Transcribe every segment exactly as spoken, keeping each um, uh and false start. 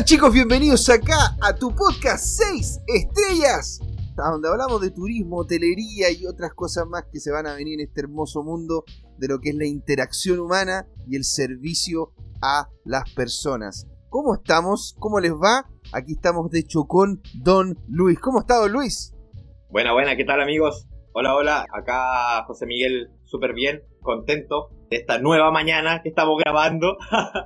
Hola chicos, bienvenidos acá a tu podcast seis estrellas, donde hablamos de turismo, hotelería y otras cosas más que se van a venir en este hermoso mundo de lo que es la interacción humana y el servicio a las personas. ¿Cómo estamos? ¿Cómo les va? Aquí estamos de hecho con Don Luis. ¿Cómo está Don Luis? Buena, buena, ¿qué tal amigos? Hola, hola, acá José Miguel súper bien, contento de esta nueva mañana que estamos grabando,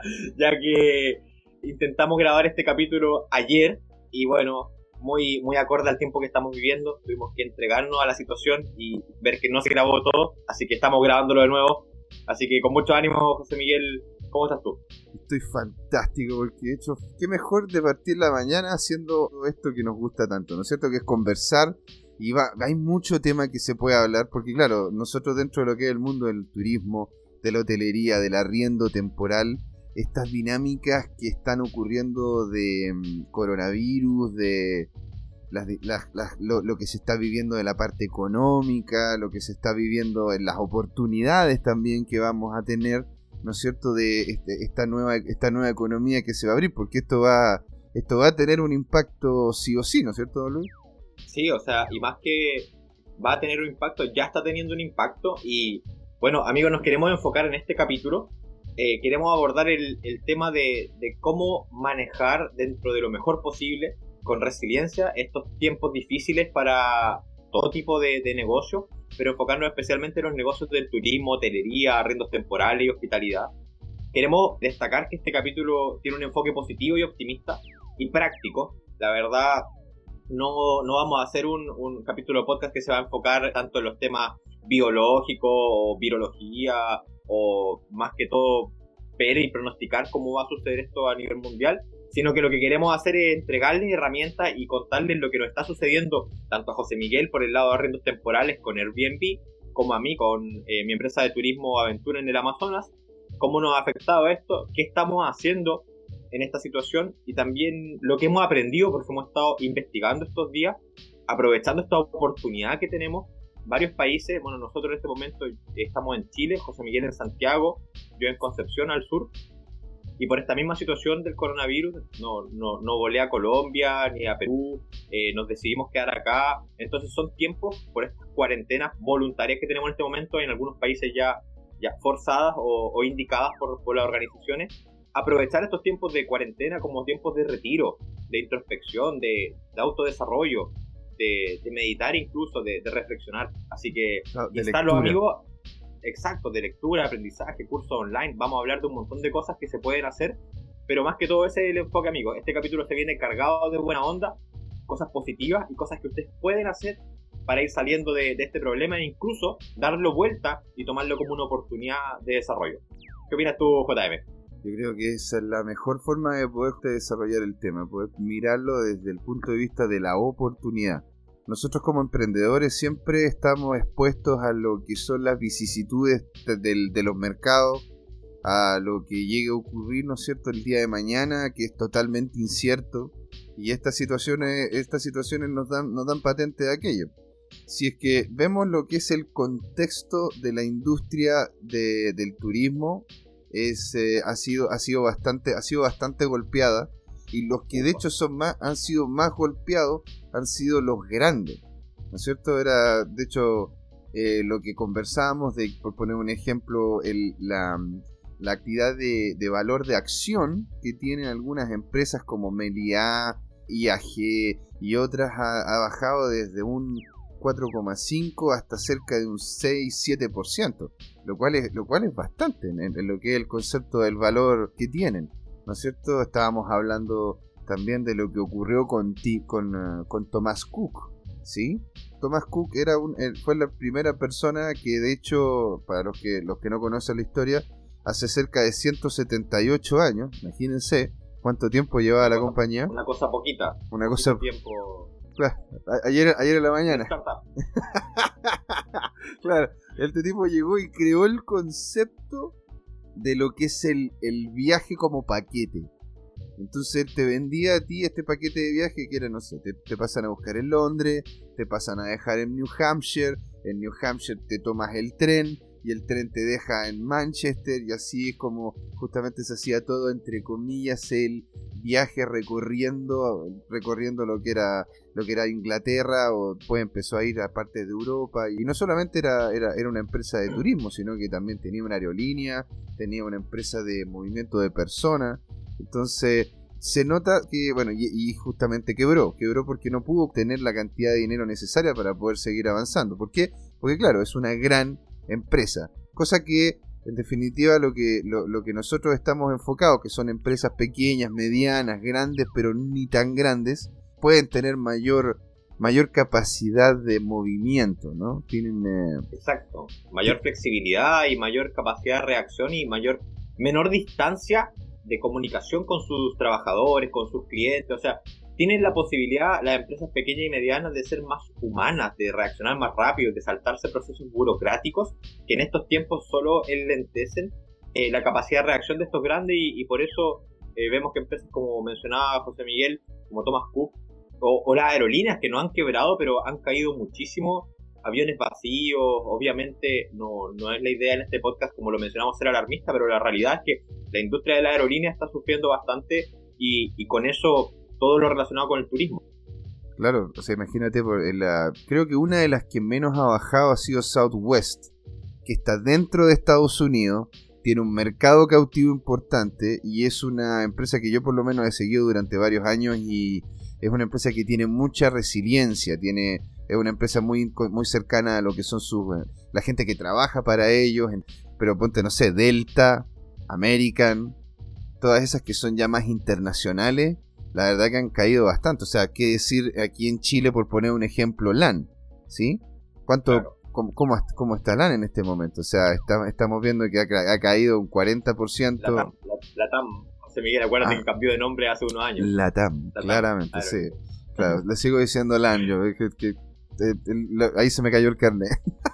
ya que intentamos grabar este capítulo ayer y bueno, muy, muy acorde al tiempo que estamos viviendo, tuvimos que entregarnos a la situación y ver que no se grabó todo, así que estamos grabándolo de nuevo, así que con mucho ánimo José Miguel, ¿cómo estás tú? Estoy fantástico porque de hecho, qué mejor de partir la mañana haciendo esto que nos gusta tanto, ¿no es cierto? Que es conversar. Y va, hay mucho tema que se puede hablar, porque claro, nosotros dentro de lo que es el mundo del turismo, de la hotelería, del arriendo temporal, estas dinámicas que están ocurriendo de um, coronavirus, de las, las, las, lo, lo que se está viviendo de la parte económica, lo que se está viviendo en las oportunidades también que vamos a tener, ¿no es cierto?, de este, esta nueva esta nueva economía que se va a abrir, porque esto va, esto va a tener un impacto sí o sí, ¿no es cierto, don Luis? Sí, o sea, y más que va a tener un impacto, ya está teniendo un impacto y bueno, amigos, nos queremos enfocar en este capítulo, eh, queremos abordar el, el tema de, de cómo manejar dentro de lo mejor posible, con resiliencia, estos tiempos difíciles para todo tipo de, de negocio, pero enfocarnos especialmente en los negocios del turismo, hotelería, arrendos temporales y hospitalidad. Queremos destacar que este capítulo tiene un enfoque positivo y optimista y práctico, la verdad. No, no vamos a hacer un, un capítulo de podcast que se va a enfocar tanto en los temas biológicos o virología o más que todo ver y pronosticar cómo va a suceder esto a nivel mundial, sino que lo que queremos hacer es entregarles herramientas y contarles lo que nos está sucediendo tanto a José Miguel por el lado de arrendos temporales con Airbnb, como a mí con eh, mi empresa de turismo Aventura en el Amazonas, cómo nos ha afectado esto, qué estamos haciendo en esta situación y también lo que hemos aprendido porque hemos estado investigando estos días, aprovechando esta oportunidad que tenemos. Varios países, bueno, nosotros en este momento estamos en Chile, José Miguel en Santiago, yo en Concepción al sur, y por esta misma situación del coronavirus no, no, no volé a Colombia ni a Perú, eh, nos decidimos quedar acá. Entonces son tiempos por estas cuarentenas voluntarias que tenemos en este momento, en algunos países ya, ya forzadas o, o indicadas por, por las organizaciones. Aprovechar estos tiempos de cuarentena como tiempos de retiro, de introspección, de, de autodesarrollo, de, de meditar incluso, de, de reflexionar. Así que, no, de instar los amigos, exacto, de lectura, aprendizaje, cursos online. Vamos a hablar de un montón de cosas que se pueden hacer, pero más que todo ese es el enfoque, amigos. Este capítulo se viene cargado de buena onda, cosas positivas y cosas que ustedes pueden hacer para ir saliendo de, de este problema e incluso darlo vuelta y tomarlo como una oportunidad de desarrollo. ¿Qué opinas tú, J M? Yo creo que esa es la mejor forma de poder desarrollar el tema, poder mirarlo desde el punto de vista de la oportunidad. Nosotros como emprendedores siempre estamos expuestos a lo que son las vicisitudes de, de, de los mercados, a lo que llegue a ocurrir, ¿no es cierto?, el día de mañana, que es totalmente incierto, y estas situaciones, estas situaciones nos dan, nos dan patente de aquello. Si es que vemos lo que es el contexto de la industria de, del turismo, Es, eh, ha sido ha sido bastante ha sido bastante golpeada, y los que de hecho son más han sido más golpeados han sido los grandes, ¿no es cierto? Era de hecho eh, lo que conversábamos de, por poner un ejemplo, el, la, la actividad de, de valor de acción que tienen algunas empresas como Meliá, I A G y otras ha, ha bajado desde un cuatro coma cinco hasta cerca de un seis siete por ciento, lo cual es lo cual es bastante en, en lo que es el concepto del valor que tienen, ¿no es cierto? Estábamos hablando también de lo que ocurrió con ti, con, uh, con Thomas Cook, ¿sí? Thomas Cook era un, fue la primera persona que, de hecho, para los que los que no conocen la historia, hace cerca de ciento setenta y ocho años, imagínense cuánto tiempo llevaba una la cosa, compañía. Una cosa poquita. Una cosa tiempo. Claro, ayer, ayer en la mañana. Claro, este tipo llegó y creó el concepto de lo que es el, el viaje como paquete. Entonces él te vendía a ti este paquete de viaje que era, no sé, te, te pasan a buscar en Londres, te pasan a dejar en New Hampshire, en New Hampshire te tomas el tren y el tren te deja en Manchester, y así es como justamente se hacía todo, entre comillas, el viajes recorriendo recorriendo lo que era lo que era Inglaterra, o después empezó a ir a partes de Europa, y no solamente era, era, era una empresa de turismo, sino que también tenía una aerolínea, tenía una empresa de movimiento de personas. Entonces se nota que, bueno, y, y justamente quebró, quebró porque no pudo obtener la cantidad de dinero necesaria para poder seguir avanzando. ¿Por qué? Porque claro, es una gran empresa, cosa que en definitiva lo que, lo, lo que nosotros estamos enfocados, que son empresas pequeñas, medianas, grandes, pero ni tan grandes, pueden tener mayor mayor capacidad de movimiento, ¿no? Tienen eh... exacto, mayor flexibilidad y mayor capacidad de reacción y mayor menor distancia de comunicación con sus trabajadores, con sus clientes. O sea, tienen la posibilidad, las empresas pequeñas y medianas, de ser más humanas, de reaccionar más rápido, de saltarse procesos burocráticos que en estos tiempos solo enlentecen eh, la capacidad de reacción de estos grandes, y, y por eso eh, vemos que empresas como mencionaba José Miguel, como Thomas Cook, o, o las aerolíneas, que no han quebrado pero han caído muchísimo, aviones vacíos. Obviamente no, no es la idea en este podcast, como lo mencionamos, ser alarmista, pero la realidad es que la industria de la aerolínea está sufriendo bastante, y, y con eso todo lo relacionado con el turismo. Claro, o sea, imagínate, por la, creo que una de las que menos ha bajado ha sido Southwest, que está dentro de Estados Unidos, tiene un mercado cautivo importante, y es una empresa que yo por lo menos he seguido durante varios años, y es una empresa que tiene mucha resiliencia, tiene, es una empresa muy, muy cercana a lo que son sus, la gente que trabaja para ellos, pero ponte, no sé, Delta, American, todas esas que son ya más internacionales, la verdad que han caído bastante. O sea, qué decir aquí en Chile, por poner un ejemplo, LAN, ¿sí? ¿Cuánto, claro. cómo, cómo, cómo está LAN en este momento? O sea, está, estamos viendo que ha, ha caído un cuarenta por ciento. La TAM, la, la TAM. José Miguel, acuérdate ah, que cambió de nombre hace unos años. La TAM, la claramente, TAM, claro. Sí. Claro, le sigo diciendo LAN, yo, que, que, que, ahí se me cayó el carnet.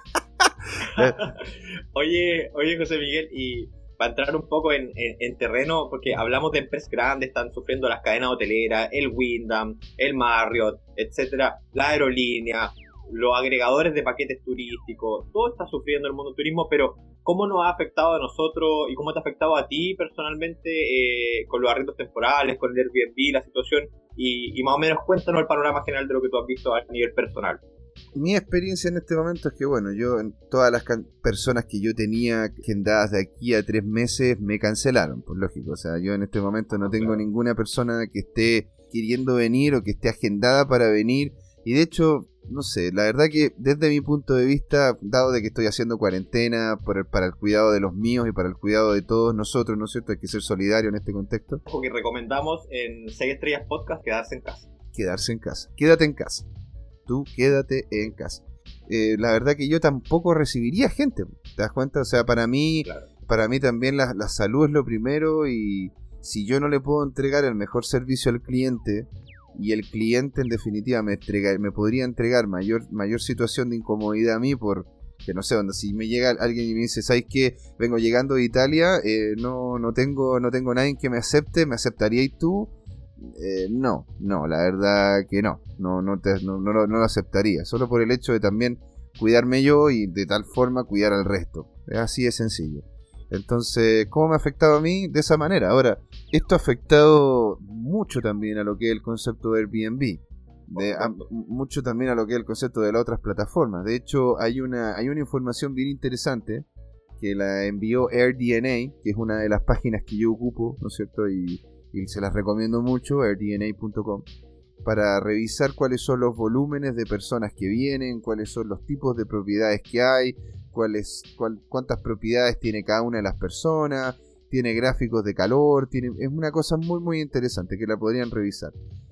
oye, oye, José Miguel, y para entrar un poco en, en, en terreno, porque hablamos de empresas grandes, están sufriendo las cadenas hoteleras, el Wyndham, el Marriott, etcétera, la aerolínea, los agregadores de paquetes turísticos, todo está sufriendo el mundo del turismo, pero ¿cómo nos ha afectado a nosotros y cómo te ha afectado a ti personalmente eh, con los arriendos temporales, con el Airbnb, la situación? Y, y más o menos cuéntanos el panorama general de lo que tú has visto a nivel personal. Mi experiencia en este momento es que, bueno, yo, todas las can- personas que yo tenía agendadas de aquí a tres meses me cancelaron, pues lógico. O sea, yo en este momento no tengo ninguna persona que esté queriendo venir o que esté agendada para venir. Y de hecho, no sé, la verdad que desde mi punto de vista, dado de que estoy haciendo cuarentena por el, para el cuidado de los míos y para el cuidado de todos nosotros, ¿no es cierto? Hay que ser solidario en este contexto. Porque recomendamos en seis Estrellas Podcast quedarse en casa. Quedarse en casa. Quédate en casa. Tú quédate en casa. Eh, la verdad que yo tampoco recibiría gente, ¿te das cuenta? O sea, para mí, claro. para mí también la, la salud es lo primero, y si yo no le puedo entregar el mejor servicio al cliente, y el cliente en definitiva me entrega, me podría entregar mayor, mayor situación de incomodidad a mí, por que no sé, donde si me llega alguien y me dice, ¿sabes qué? Vengo llegando de Italia, eh, no, no tengo, no tengo nadie que me acepte, ¿me aceptarías tú? Eh, no, no, la verdad que no, no, no, te, no, no, no lo aceptaría, solo por el hecho de también cuidarme yo y de tal forma cuidar al resto, es así de sencillo. Entonces, ¿cómo me ha afectado a mí? De esa manera. Ahora, esto ha afectado mucho también a lo que es el concepto de Airbnb, de, a, mucho también a lo que es el concepto de las otras plataformas. De hecho, hay una, hay una información bien interesante que la envió AirDNA, que es una de las páginas que yo ocupo, ¿no es cierto? Y y se las recomiendo mucho, air d n a punto com, para revisar cuáles son los volúmenes de personas que vienen, cuáles son los tipos de propiedades que hay, cuáles, cuál, cuántas propiedades tiene cada una de las personas, tiene gráficos de calor, tiene, es una cosa muy muy interesante que la podrían revisar.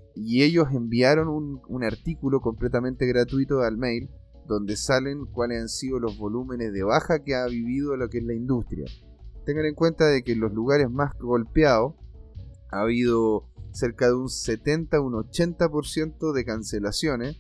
Y ellos enviaron un, un artículo completamente gratuito al mail, donde salen cuáles han sido los volúmenes de baja que ha vivido lo que es la industria. Tengan en cuenta de que en los lugares más golpeados ha habido cerca de un setenta, un ochenta por ciento de cancelaciones,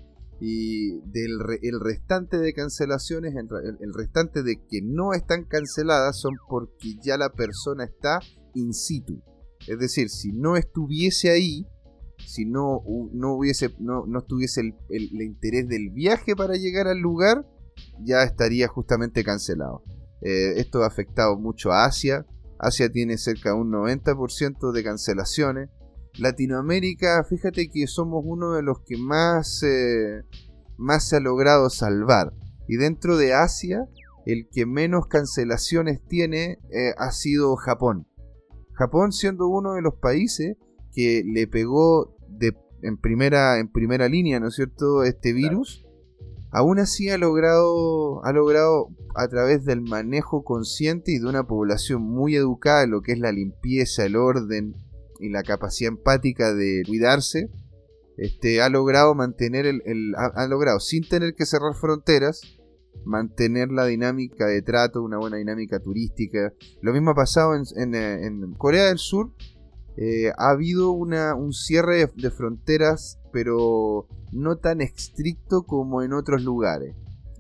y del re, el restante de cancelaciones, el, el restante de que no están canceladas son porque ya la persona está in situ. Es decir, si no estuviese ahí, si no, no, hubiese, no, no estuviese el, el, el interés del viaje para llegar al lugar, ya estaría justamente cancelado. Eh, esto ha afectado mucho a Asia. Asia tiene cerca de un noventa por ciento de cancelaciones. Latinoamérica, fíjate que somos uno de los que más, eh, más se ha logrado salvar. Y dentro de Asia, el que menos cancelaciones tiene eh, ha sido Japón. Japón siendo uno de los países que le pegó de, en, primera, en primera línea, ¿no es cierto?, este virus. Claro. Aún así ha logrado, ha logrado a través del manejo consciente y de una población muy educada en lo que es la limpieza, el orden y la capacidad empática de cuidarse, este, ha logrado mantener el, el ha, ha logrado sin tener que cerrar fronteras, mantener la dinámica de trato, una buena dinámica turística. Lo mismo ha pasado en, en, en Corea del Sur. Eh, ha habido una, un cierre de, de fronteras, pero no tan estricto como en otros lugares,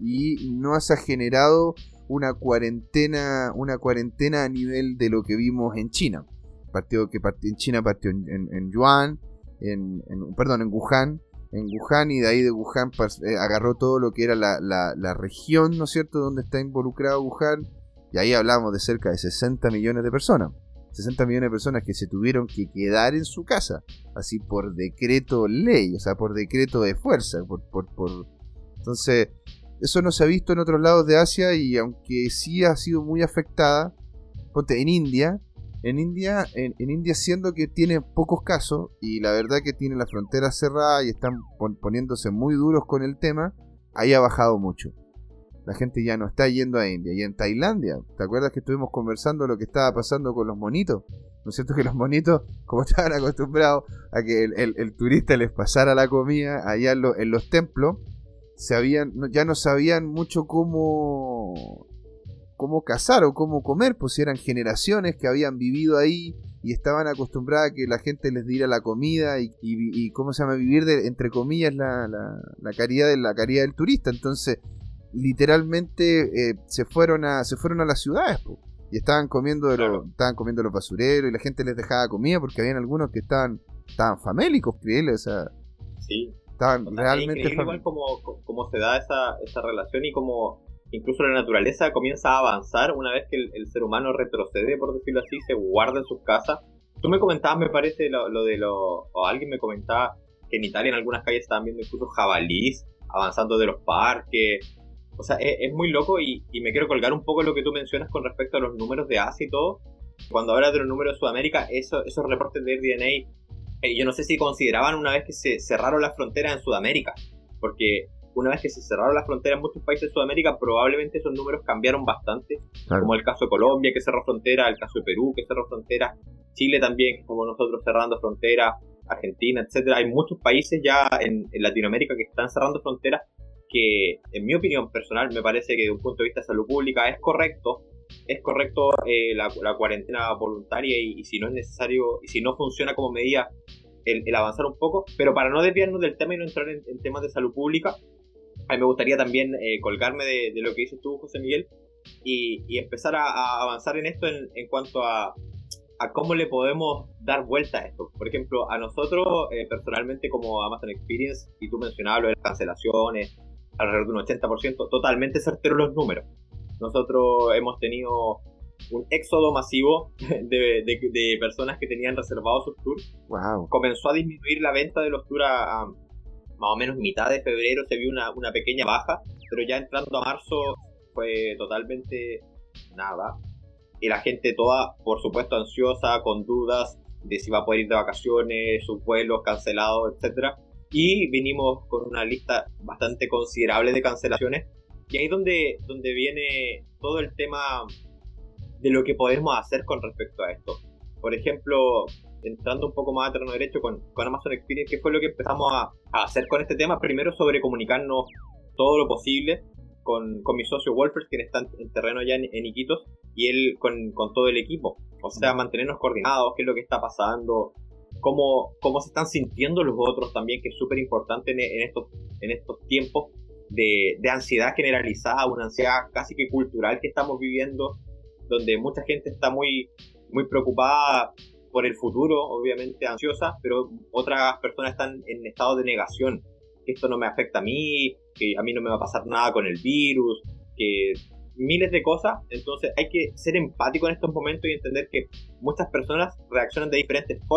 y no se ha generado una cuarentena una cuarentena a nivel de lo que vimos en China. Partió que partió en China partió en, en, en Yuan, en, en perdón en Wuhan, en Wuhan y de ahí de Wuhan eh, agarró todo lo que era la, la, la región, ¿no es cierto?, donde está involucrado Wuhan, y ahí hablamos de cerca de sesenta millones de personas. sesenta millones de personas que se tuvieron que quedar en su casa, así por decreto ley, o sea, por decreto de fuerza. Por, por, por... Entonces, eso no se ha visto en otros lados de Asia, y aunque sí ha sido muy afectada, ponte en India, en India, en, en India siendo que tiene pocos casos, y la verdad que tiene la frontera cerrada y están pon, poniéndose muy duros con el tema, ahí ha bajado mucho. La gente ya no está yendo a India. Y en Tailandia, ¿te acuerdas que estuvimos conversando lo que estaba pasando con los monitos? ¿No es cierto que los monitos, como estaban acostumbrados a que el, el, el turista les pasara la comida allá en, lo, en los templos, se habían, ya no sabían mucho cómo, cómo cazar o cómo comer, pues eran generaciones que habían vivido ahí y estaban acostumbradas a que la gente les diera la comida y, y, y ¿cómo se llama? Vivir de, entre comillas la, la, la caridad de la caridad del turista. Entonces literalmente eh, se fueron a se fueron a las ciudades, po, y estaban comiendo de claro. los, estaban comiendo los basureros, y la gente les dejaba comida porque habían algunos que estaban estaban famélicos, creíble, o sea, sí, estaban o sea, realmente es igual como, como se da esa, esa relación, y como incluso la naturaleza comienza a avanzar una vez que el, el ser humano retrocede, por decirlo así, se guarda en sus casas. Tú me comentabas, me parece, lo, lo de lo o alguien me comentaba que en Italia en algunas calles estaban viendo incluso jabalís avanzando de los parques. O sea, es, es muy loco, y, y me quiero colgar un poco en lo que tú mencionas con respecto a los números de Asia y todo. Cuando hablas de los números de Sudamérica, eso, esos reportes de R D N A, eh, yo no sé si consideraban una vez que se cerraron las fronteras en Sudamérica, porque una vez que se cerraron las fronteras en muchos países de Sudamérica, probablemente esos números cambiaron bastante, claro. Como el caso de Colombia, que cerró frontera, el caso de Perú, que cerró frontera, Chile también, como nosotros cerrando fronteras, Argentina, etcétera. Hay muchos países ya en, en Latinoamérica que están cerrando fronteras, que en mi opinión personal me parece que desde un punto de vista de salud pública es correcto, es correcto eh, la, la cuarentena voluntaria, y, y si no es necesario, y si no funciona como medida, el, el avanzar un poco, pero para no desviarnos del tema y no entrar en, en temas de salud pública, a mí me gustaría también eh, colgarme de, de lo que dices tú, José Miguel, y, y empezar a, a avanzar en esto en, en cuanto a, a cómo le podemos dar vuelta a esto. Por ejemplo, a nosotros eh, personalmente como Amazon Experience, y tú mencionabas lo de las cancelaciones, alrededor de un ochenta por ciento, totalmente certeros los números. Nosotros hemos tenido un éxodo masivo de, de, de personas que tenían reservados sus tours. Wow. Comenzó a disminuir la venta de los tours a, a más o menos mitad de febrero, se vio una, una pequeña baja, pero ya entrando a marzo fue totalmente nada. Y la gente toda, por supuesto, ansiosa, con dudas de si va a poder ir de vacaciones, sus vuelos cancelados, etcétera. Y vinimos con una lista bastante considerable de cancelaciones. Y ahí es donde, donde viene todo el tema de lo que podemos hacer con respecto a esto. Por ejemplo, entrando un poco más a terreno derecho con, con Amazon Experience, ¿qué fue lo que empezamos a, a hacer con este tema? Primero, sobre comunicarnos todo lo posible con, con mi socio Wolfers, quien está en terreno allá en, en Iquitos, y él con, con todo el equipo. O sea, mantenernos coordinados, qué es lo que está pasando, Cómo, cómo se están sintiendo los otros también, que es súper importante en, en, estos, en estos tiempos de, de ansiedad generalizada, una ansiedad casi que cultural que estamos viviendo, donde mucha gente está muy, muy preocupada por el futuro, obviamente ansiosa, pero otras personas están en estado de negación, que esto no me afecta a mí, que a mí no me va a pasar nada con el virus, que miles de cosas. Entonces hay que ser empático en estos momentos y entender que muchas personas reaccionan de diferentes formas.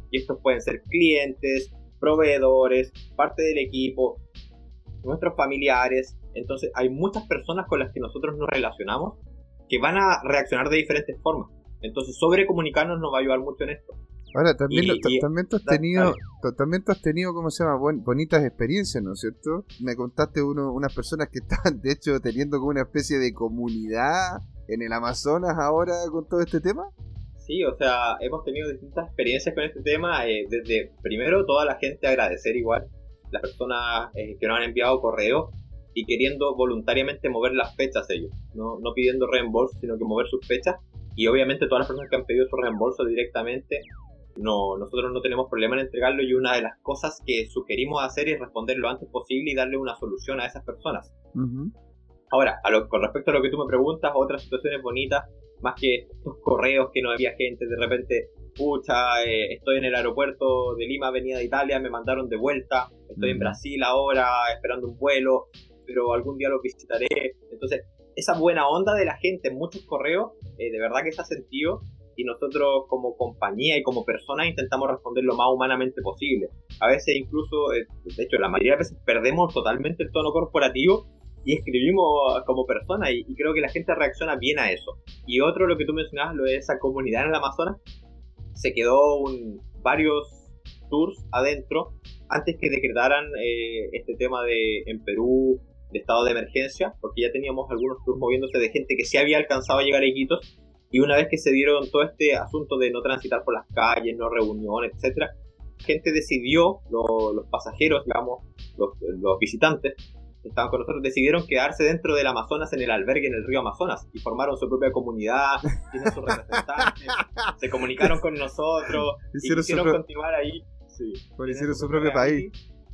y estos pueden ser clientes, proveedores, parte del equipo, nuestros familiares. Entonces hay muchas personas con las que nosotros nos relacionamos que van a reaccionar de diferentes formas. Entonces sobrecomunicarnos nos va a ayudar mucho en esto. Ahora, también, Y- lo- y- también tú has tenido, tú- también tú has tenido, ¿cómo se llama? Buen- bonitas experiencias, ¿no es cierto? Me contaste uno, unas personas que están, de hecho, teniendo como una especie de comunidad en el Amazonas ahora con todo este tema. Sí, o sea, hemos tenido distintas experiencias con este tema. eh, desde primero toda la gente agradecer igual, las personas eh, que nos han enviado correos y queriendo voluntariamente mover las fechas ellos, no, no pidiendo reembolso, sino que mover sus fechas. Y obviamente todas las personas que han pedido su reembolso directamente, no, nosotros no tenemos problema en entregarlo, y una de las cosas que sugerimos hacer es responder lo antes posible y darle una solución a esas personas. Uh-huh. Ahora, a lo, con respecto a lo que tú me preguntas, otras situaciones bonitas, más que estos correos que no había gente, de repente, pucha, eh, estoy en el aeropuerto de Lima, venía de Italia, me mandaron de vuelta, estoy en Mm. Brasil ahora, esperando un vuelo, pero algún día lo visitaré. Entonces, esa buena onda de la gente en muchos correos, eh, de verdad que se ha sentido, y nosotros como compañía y como personas intentamos responder lo más humanamente posible. A veces incluso, eh, de hecho, la mayoría de veces perdemos totalmente el tono corporativo y escribimos como persona, y, y creo que la gente reacciona bien a eso. Y otro, lo que tú mencionabas, lo de esa comunidad en el Amazonas, se quedó un, varios tours adentro antes que decretaran eh, este tema de en Perú de estado de emergencia, porque ya teníamos algunos tours moviéndose de gente que sí había alcanzado a llegar a Iquitos, y una vez que se dieron todo este asunto de no transitar por las calles, no reuniones, etcétera, la gente decidió, lo, los pasajeros, digamos, los, los visitantes que estaban con nosotros, decidieron quedarse dentro del Amazonas, en el albergue en el río Amazonas, y formaron su propia comunidad, tienen sus representantes, se comunicaron con nosotros, Hicieron y quisieron su pro- continuar ahí. Sí, Por tienen hicieron su propio país.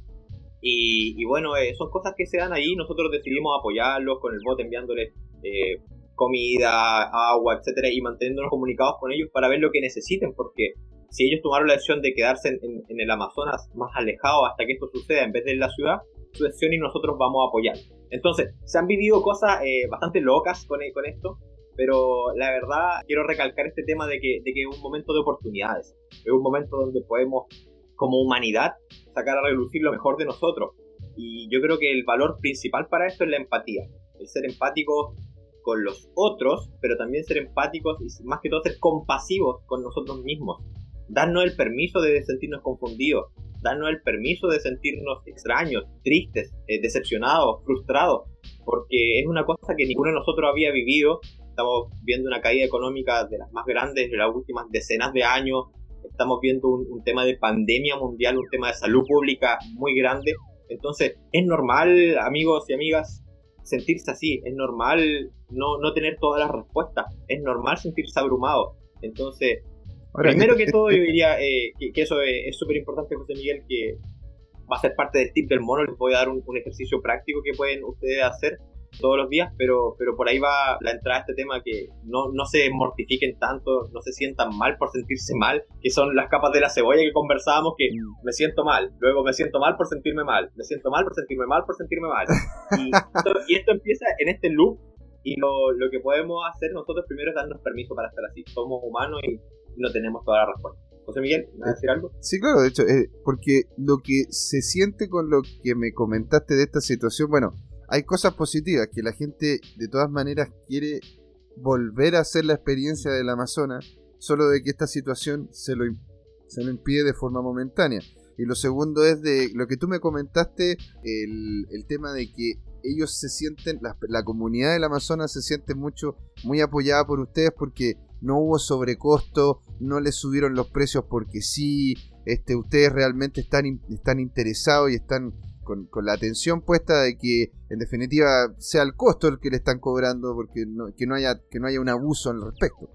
y, y bueno, eh, son cosas que se dan ahí. Nosotros decidimos apoyarlos con el bot, enviándoles eh, comida, agua, etcétera, y manteniéndonos comunicados con ellos para ver lo que necesiten, porque si ellos tomaron la decisión de quedarse en, en, en el Amazonas más alejado hasta que esto suceda en vez de en la ciudad, su decisión, y nosotros vamos a apoyar. Entonces, se han vivido cosas eh, bastante locas con, con esto, pero la verdad quiero recalcar este tema de que, de que es un momento de oportunidades, es un momento donde podemos, como humanidad, sacar a relucir lo mejor de nosotros. Y yo creo que el valor principal para esto es la empatía, el ser empáticos con los otros, pero también ser empáticos y más que todo ser compasivos con nosotros mismos. Darnos el permiso de sentirnos confundidos, darnos el permiso de sentirnos extraños, tristes, eh, decepcionados, frustrados, porque es una cosa que ninguno de nosotros había vivido. Estamos viendo una caída económica de las más grandes de las últimas decenas de años. Estamos viendo un, un tema de pandemia mundial, un tema de salud pública muy grande. Entonces, es normal, amigos y amigas, sentirse así. Es normal no, no tener todas las respuestas. Es normal sentirse abrumado. Entonces, Ahora, primero este- que todo, este- yo diría eh, que, que eso es súper importante, José Miguel, que va a ser parte del tip del mono. Les voy a dar un, un ejercicio práctico que pueden ustedes hacer todos los días, pero, pero por ahí va la entrada a este tema, que no, no se mortifiquen tanto, no se sientan mal por sentirse mal, que son las capas de la cebolla que conversábamos, que me siento mal, luego me siento mal por sentirme mal, me siento mal por sentirme mal por sentirme mal. Y esto, y esto empieza en este loop, y lo, lo que podemos hacer nosotros primero es darnos permiso para estar así. Somos humanos y no tenemos toda la respuesta. José Miguel, ¿me vas a decir algo? Sí, claro, de hecho, eh, porque lo que se siente con lo que me comentaste de esta situación, bueno, hay cosas positivas, que la gente de todas maneras quiere volver a hacer la experiencia del Amazonas, solo de que esta situación se lo, im- se lo impide de forma momentánea. Y lo segundo es de lo que tú me comentaste, el, el tema de que ellos se sienten, la, la comunidad del Amazonas se siente mucho, muy apoyada por ustedes, porque no hubo sobrecosto, no les subieron los precios porque sí, este, ustedes realmente están, in- están interesados y están con, con la atención puesta de que en definitiva sea el costo el que le están cobrando, porque no, que, no haya, que no haya un abuso al respecto.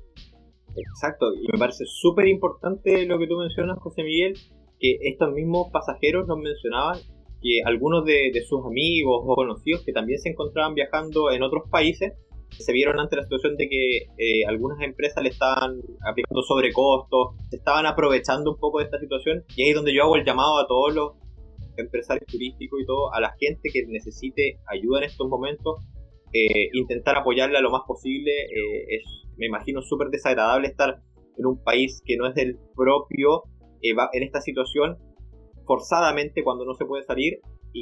Exacto, y me parece súper importante lo que tú mencionas, José Miguel, que estos mismos pasajeros nos mencionaban que algunos de, de sus amigos o conocidos que también se encontraban viajando en otros países se vieron ante la situación de que eh, algunas empresas le estaban aplicando sobrecostos, se estaban aprovechando un poco de esta situación, y ahí es donde yo hago el llamado a todos los empresarios turísticos y todo, a la gente que necesite ayuda en estos momentos, eh, intentar apoyarla lo más posible. Eh, es, me imagino, súper desagradable estar en un país que no es del propio eh, va, en esta situación forzadamente cuando no se puede salir,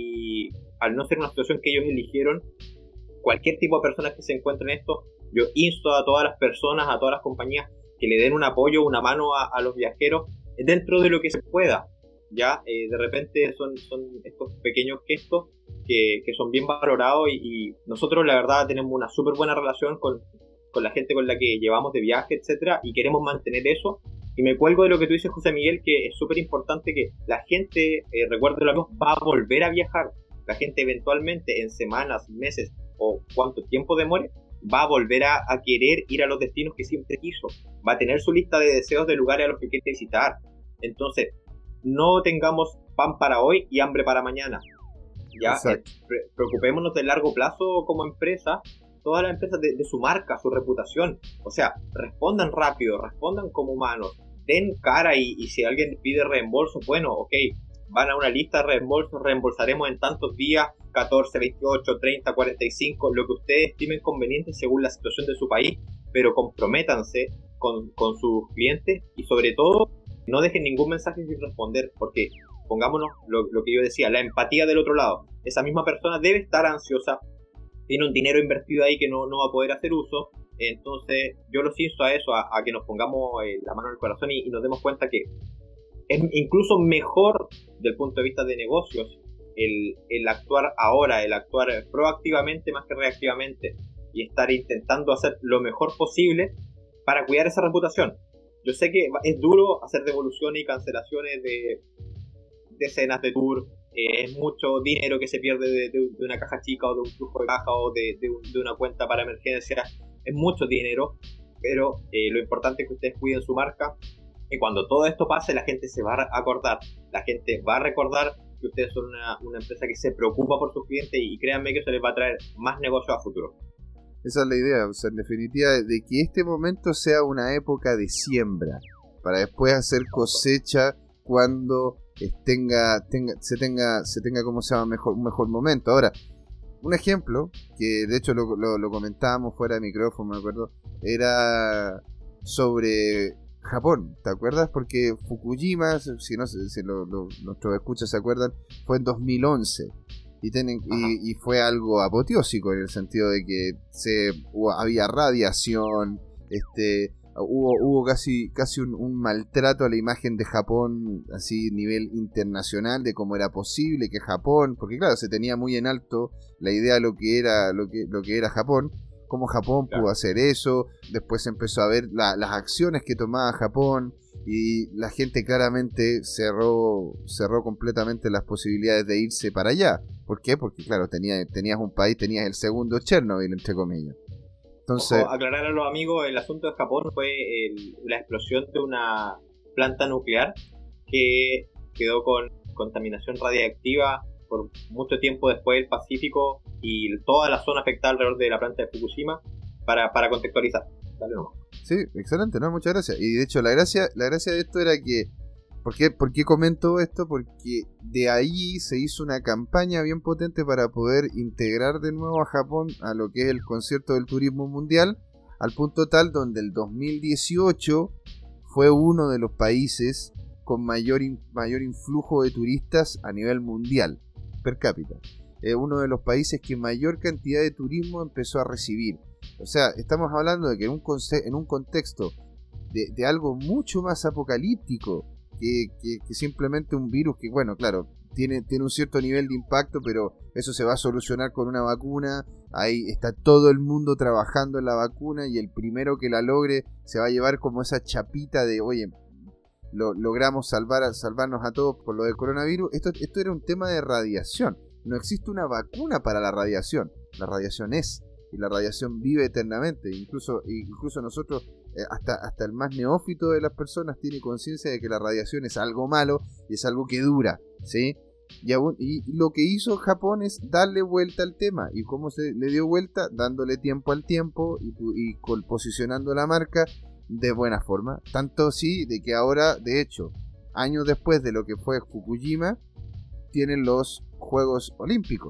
y al no ser una situación que ellos eligieron, cualquier tipo de personas que se encuentren en esto, yo insto a todas las personas, a todas las compañías, que le den un apoyo, una mano a, a los viajeros dentro de lo que se pueda. Ya eh, de repente son, son estos pequeños gestos que, que son bien valorados, y, y nosotros la verdad tenemos una súper buena relación con, con la gente con la que llevamos de viaje, etcétera, y queremos mantener eso. Y me cuelgo de lo que tú dices, José Miguel, que es súper importante que la gente, eh, recuerde lo mismo, va a volver a viajar. La gente eventualmente en semanas, meses o cuánto tiempo demore, va a volver a, a querer ir a los destinos que siempre quiso. Va a tener su lista de deseos de lugares a los que quiere visitar. Entonces, no tengamos pan para hoy y hambre para mañana. Ya, eh, pre- preocupémonos del largo plazo como empresa, todas las empresas de, de su marca, su reputación. O sea, respondan rápido, respondan como humanos, den cara, y, y si alguien pide reembolso, bueno, ok, van a una lista de reembolsos, reembolsaremos en tantos días, catorce, veintiocho, treinta, cuarenta y cinco, lo que ustedes estimen conveniente según la situación de su país, pero comprométanse con, con sus clientes, y sobre todo, no dejen ningún mensaje sin responder, porque pongámonos lo, lo que yo decía, la empatía del otro lado. Esa misma persona debe estar ansiosa, tiene un dinero invertido ahí que no, no va a poder hacer uso. Entonces yo los insto a eso, a, a que nos pongamos eh, la mano en el corazón, y, y nos demos cuenta que es incluso mejor del punto de vista de negocios el, el actuar ahora, el actuar proactivamente más que reactivamente, y estar intentando hacer lo mejor posible para cuidar esa reputación. Yo sé que es duro hacer devoluciones y cancelaciones de decenas de tours, eh, es mucho dinero que se pierde de, de, de una caja chica, o de un flujo de caja, o de, de, un, de una cuenta para emergencias. Es mucho dinero, pero eh, lo importante es que ustedes cuiden su marca, y cuando todo esto pase, la gente se va a acordar, la gente va a recordar que ustedes son una, una empresa que se preocupa por sus clientes, y créanme que eso les va a traer más negocios a futuro. Esa es la idea, o sea, en definitiva, de que este momento sea una época de siembra, para después hacer cosecha cuando tenga, tenga, se tenga, se tenga como se llama, mejor, un mejor momento. Ahora, un ejemplo, que de hecho lo, lo, lo comentábamos fuera de micrófono, me acuerdo, era sobre Japón, ¿te acuerdas? Porque Fukushima, si, no, si lo, lo, nuestros escuchas se acuerdan, fue en dos mil once. Y, ten, y, y fue algo apoteósico, en el sentido de que se hubo, había radiación, este, hubo, hubo casi, casi un, un maltrato a la imagen de Japón, así a nivel internacional, de cómo era posible que Japón, porque claro, se tenía muy en alto la idea de lo que era, lo que, lo que era Japón, cómo Japón claro. pudo hacer eso. Después se empezó a ver la, las acciones que tomaba Japón, y la gente claramente cerró cerró completamente las posibilidades de irse para allá. ¿Por qué? Porque claro, tenía, tenías un país, tenías el segundo Chernobyl, entre comillas. Entonces, Ojo, aclarar a los amigos, el asunto de Japón fue el, la explosión de una planta nuclear que quedó con contaminación radiactiva por mucho tiempo después del Pacífico y toda la zona afectada alrededor de la planta de Fukushima, para, para contextualizar. Dale nomás. Sí, excelente, ¿no? Muchas gracias. Y de hecho la gracia, la gracia de esto era que, ¿por qué, ¿por qué comento esto? Porque de ahí se hizo una campaña bien potente para poder integrar de nuevo a Japón a lo que es el concierto del turismo mundial, al punto tal donde el dos mil dieciocho fue uno de los países con mayor, in, mayor influjo de turistas a nivel mundial, per cápita. Es uno de los países que mayor cantidad de turismo empezó a recibir. O sea, estamos hablando de que en un, conce- en un contexto de, de algo mucho más apocalíptico que, que, que simplemente un virus que, bueno, claro, tiene, tiene un cierto nivel de impacto, pero eso se va a solucionar con una vacuna. Ahí está todo el mundo trabajando en la vacuna, y el primero que la logre se va a llevar como esa chapita de, oye, lo, logramos salvar, salvarnos a todos por lo del coronavirus. Esto, esto era un tema de radiación. No existe una vacuna para la radiación. La radiación es, y la radiación vive eternamente. Incluso, incluso nosotros, eh, hasta, hasta el más neófito de las personas tiene conciencia de que la radiación es algo malo y es algo que dura, ¿sí? Y, aún, y lo que hizo Japón es darle vuelta al tema. ¿Y cómo se le dio vuelta? Dándole tiempo al tiempo y, y posicionando la marca de buena forma. Tanto sí de que ahora, de hecho, años después de lo que fue Fukushima, tienen los Juegos Olímpicos.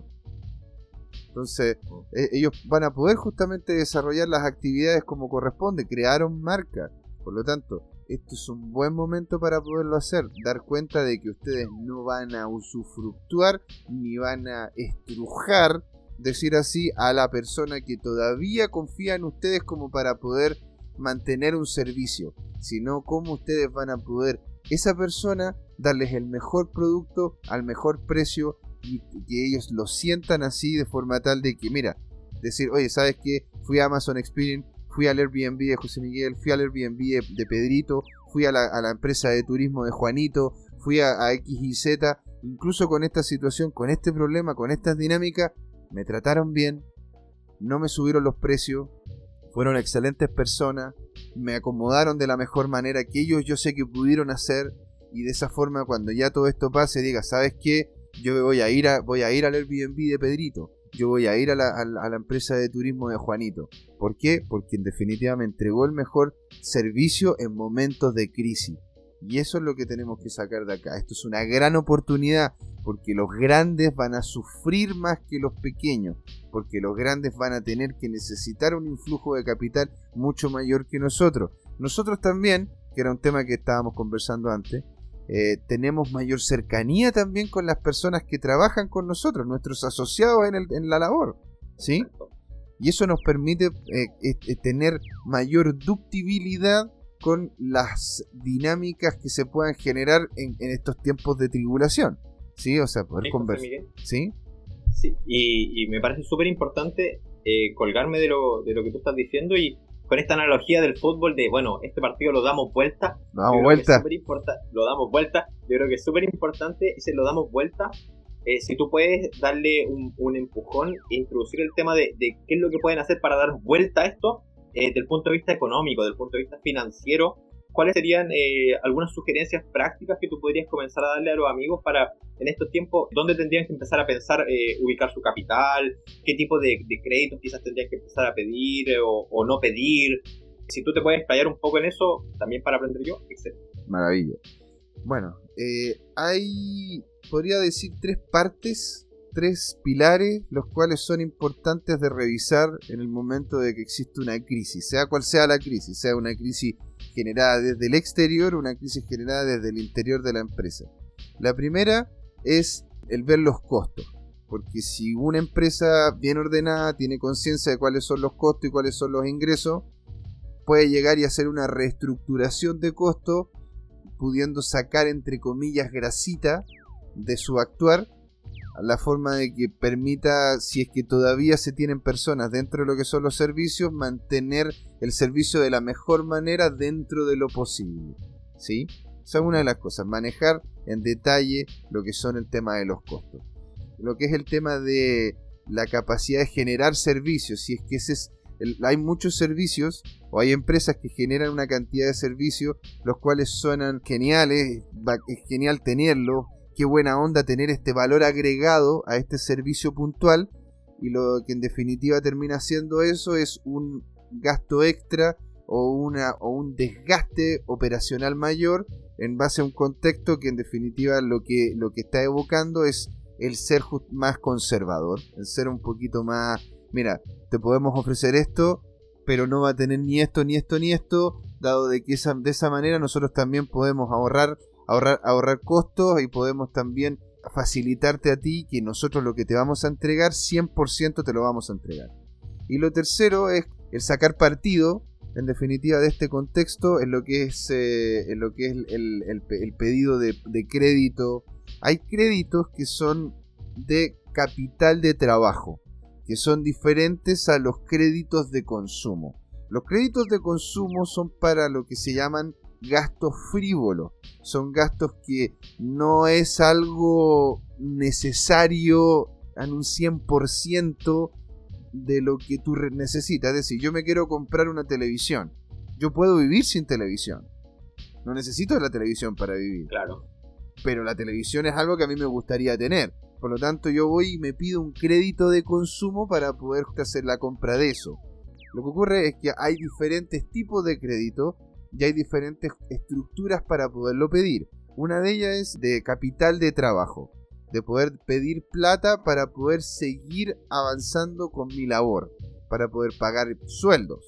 Entonces, eh, ellos van a poder justamente desarrollar las actividades como corresponde. Crearon marca. Por lo tanto, este es un buen momento para poderlo hacer. Dar cuenta de que ustedes no van a usufructuar ni van a estrujar, decir así, a la persona que todavía confía en ustedes como para poder mantener un servicio, sino cómo ustedes van a poder, esa persona, darles el mejor producto al mejor precio y que ellos lo sientan así de forma tal de que, mira, decir, oye, ¿sabes qué? Fui a Amazon Experience, fui al Airbnb de José Miguel, fui al Airbnb de, de Pedrito, fui a la, a la empresa de turismo de Juanito, fui a, a X Y Z, incluso con esta situación, con este problema, con estas dinámicas, me trataron bien, no me subieron los precios, fueron excelentes personas, me acomodaron de la mejor manera que ellos yo sé que pudieron hacer, y de esa forma cuando ya todo esto pase, diga, ¿sabes qué? Yo voy a ir a, voy a ir al Airbnb de Pedrito, yo voy a ir a la, a, la, a la empresa de turismo de Juanito. ¿Por qué? Porque en definitiva me entregó el mejor servicio en momentos de crisis. Y eso es lo que tenemos que sacar de acá. Esto es una gran oportunidad, porque los grandes van a sufrir más que los pequeños, porque los grandes van a tener que necesitar un influjo de capital mucho mayor que nosotros. Nosotros también, que era un tema que estábamos conversando antes, Eh, tenemos mayor cercanía también con las personas que trabajan con nosotros, nuestros asociados en, el, en la labor, ¿sí? Y eso nos permite eh, eh, tener mayor ductibilidad con las dinámicas que se puedan generar en, en estos tiempos de tribulación, ¿sí? O sea, poder conversar, ¿sí? Sí, y, y me parece súper importante eh, colgarme de lo, de lo que tú estás diciendo y con esta analogía del fútbol de, bueno, este partido lo damos vuelta. Lo damos vuelta. Lo damos vuelta. Yo creo que es súper importante y se lo damos vuelta. Eh, si tú puedes darle un, un empujón e introducir el tema de, de qué es lo que pueden hacer para dar vuelta a esto, eh, desde el punto de vista económico, desde el punto de vista financiero, ¿cuáles serían eh, algunas sugerencias prácticas que tú podrías comenzar a darle a los amigos para, en estos tiempos, dónde tendrían que empezar a pensar, eh, ubicar su capital, qué tipo de, de créditos quizás tendrían que empezar a pedir eh, o, o no pedir? Si tú te puedes explayar un poco en eso, también para aprender yo, excelente. Maravilla. Bueno, eh, hay, podría decir, tres partes, tres pilares, los cuales son importantes de revisar en el momento de que existe una crisis, sea cual sea la crisis, sea una crisis generada desde el exterior o una crisis generada desde el interior de la empresa. La primera es el ver los costos, porque si una empresa bien ordenada tiene conciencia de cuáles son los costos y cuáles son los ingresos, puede llegar y hacer una reestructuración de costos, pudiendo sacar entre comillas grasita de su actuar, la forma de que permita, si es que todavía se tienen personas dentro de lo que son los servicios, mantener el servicio de la mejor manera dentro de lo posible, ¿sí? Esa es una de las cosas, manejar en detalle lo que son el tema de los costos. Lo que es el tema de la capacidad de generar servicios, si es que ese es el, hay muchos servicios o hay empresas que generan una cantidad de servicios los cuales suenan geniales, es genial tenerlos. Qué buena onda tener este valor agregado a este servicio puntual, y lo que en definitiva termina siendo eso es un gasto extra o, una, o un desgaste operacional mayor en base a un contexto que en definitiva lo que, lo que está evocando es el ser más conservador, el ser un poquito más, mira, te podemos ofrecer esto, pero no va a tener ni esto, ni esto, ni esto, dado de que esa, de esa manera nosotros también podemos ahorrar Ahorrar, ahorrar costos y podemos también facilitarte a ti que nosotros lo que te vamos a entregar cien por ciento te lo vamos a entregar. Y lo tercero es el sacar partido en definitiva de este contexto en lo que es, eh, en lo que es el, el, el pedido de, de crédito. Hay créditos que son de capital de trabajo, que son diferentes a los créditos de consumo. Los créditos de consumo son para lo que se llaman gastos frívolos, son gastos que no es algo necesario en un cien por ciento de lo que tú necesitas. Es decir, yo me quiero comprar una televisión, yo puedo vivir sin televisión, no necesito la televisión para vivir, claro, pero la televisión es algo que a mí me gustaría tener, por lo tanto yo voy y me pido un crédito de consumo para poder hacer la compra de eso. Lo que ocurre es que hay diferentes tipos de crédito y hay diferentes estructuras para poderlo pedir. Una de ellas es de capital de trabajo, de poder pedir plata para poder seguir avanzando con mi labor, para poder pagar sueldos,